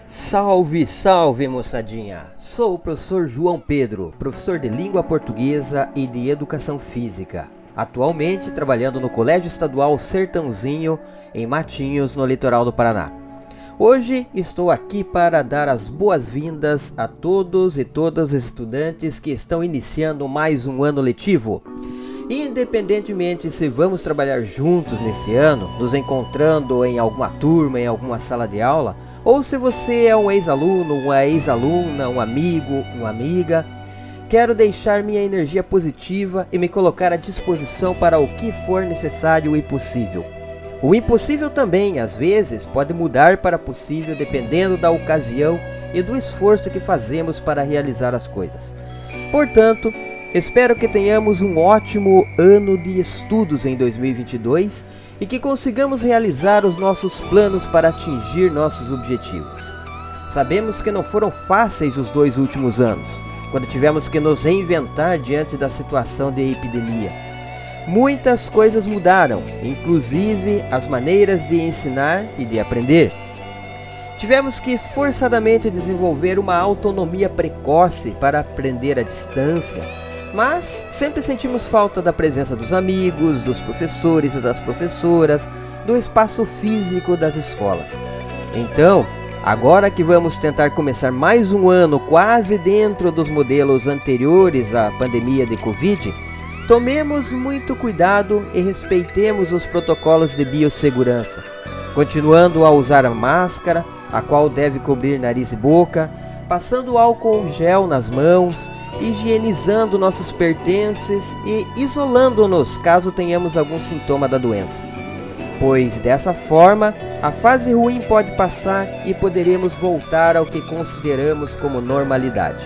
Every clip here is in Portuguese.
Salve, salve moçadinha! Sou o professor João Pedro, professor de Língua Portuguesa e de Educação Física. Atualmente trabalhando no Colégio Estadual Sertãozinho, em Matinhos, no litoral do Paraná. Hoje estou aqui para dar as boas-vindas a todos e todas os estudantes que estão iniciando mais um ano letivo. Independentemente se vamos trabalhar juntos neste ano, nos encontrando em alguma turma, em alguma sala de aula, ou se você é um ex-aluno, uma ex-aluna, um amigo, uma amiga, quero deixar minha energia positiva e me colocar à disposição para o que for necessário e possível. O impossível também, às vezes, pode mudar para possível dependendo da ocasião e do esforço que fazemos para realizar as coisas. Portanto, espero que tenhamos um ótimo ano de estudos em 2022 e que consigamos realizar os nossos planos para atingir nossos objetivos. Sabemos que não foram fáceis os 2 últimos anos, quando tivemos que nos reinventar diante da situação de epidemia. Muitas coisas mudaram, inclusive as maneiras de ensinar e de aprender. Tivemos que forçadamente desenvolver uma autonomia precoce para aprender à distância, mas sempre sentimos falta da presença dos amigos, dos professores e das professoras, do espaço físico das escolas. Então, agora que vamos tentar começar mais um ano quase dentro dos modelos anteriores à pandemia de Covid, tomemos muito cuidado e respeitemos os protocolos de biossegurança, continuando a usar a máscara, a qual deve cobrir nariz e boca, passando álcool gel nas mãos, higienizando nossos pertences e isolando-nos caso tenhamos algum sintoma da doença. Pois dessa forma, a fase ruim pode passar e poderemos voltar ao que consideramos como normalidade.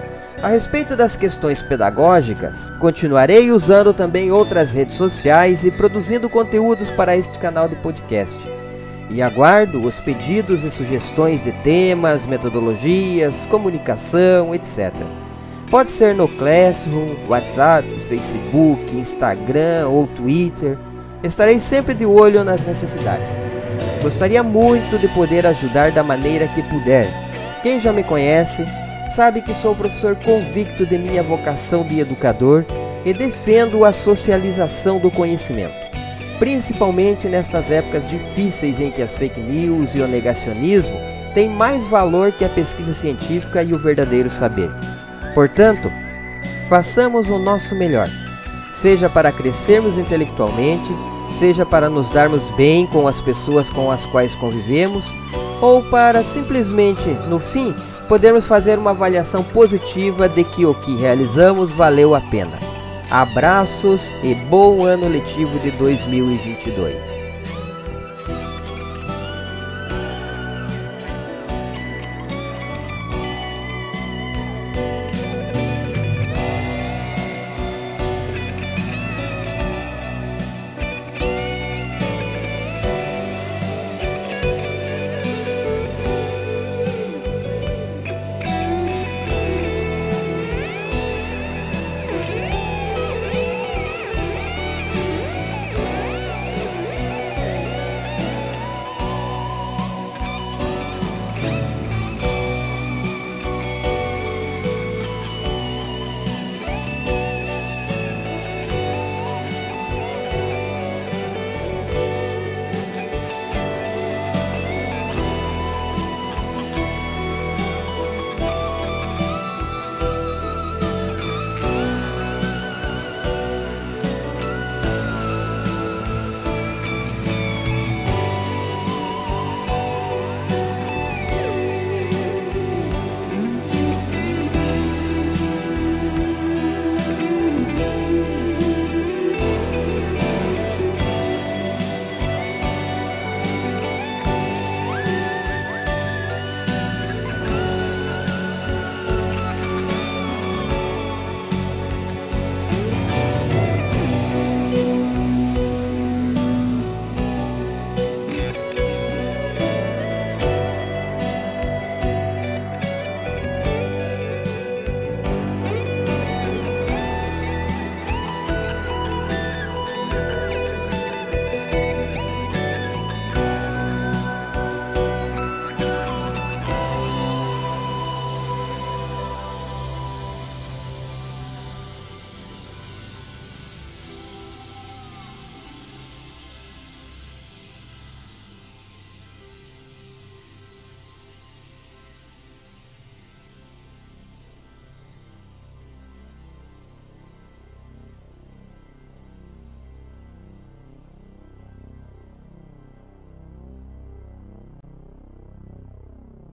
A respeito das questões pedagógicas, continuarei usando também outras redes sociais e produzindo conteúdos para este canal de podcast. E aguardo os pedidos e sugestões de temas, metodologias, comunicação, etc. Pode ser no Classroom, WhatsApp, Facebook, Instagram ou Twitter. Estarei sempre de olho nas necessidades. Gostaria muito de poder ajudar da maneira que puder. Quem já me conhece sabe que sou professor convicto de minha vocação de educador e defendo a socialização do conhecimento, principalmente nestas épocas difíceis em que as fake news e o negacionismo têm mais valor que a pesquisa científica e o verdadeiro saber. Portanto, façamos o nosso melhor, seja para crescermos intelectualmente, seja para nos darmos bem com as pessoas com as quais convivemos, ou para simplesmente, no fim, podermos fazer uma avaliação positiva de que o que realizamos valeu a pena. Abraços e bom ano letivo de 2022.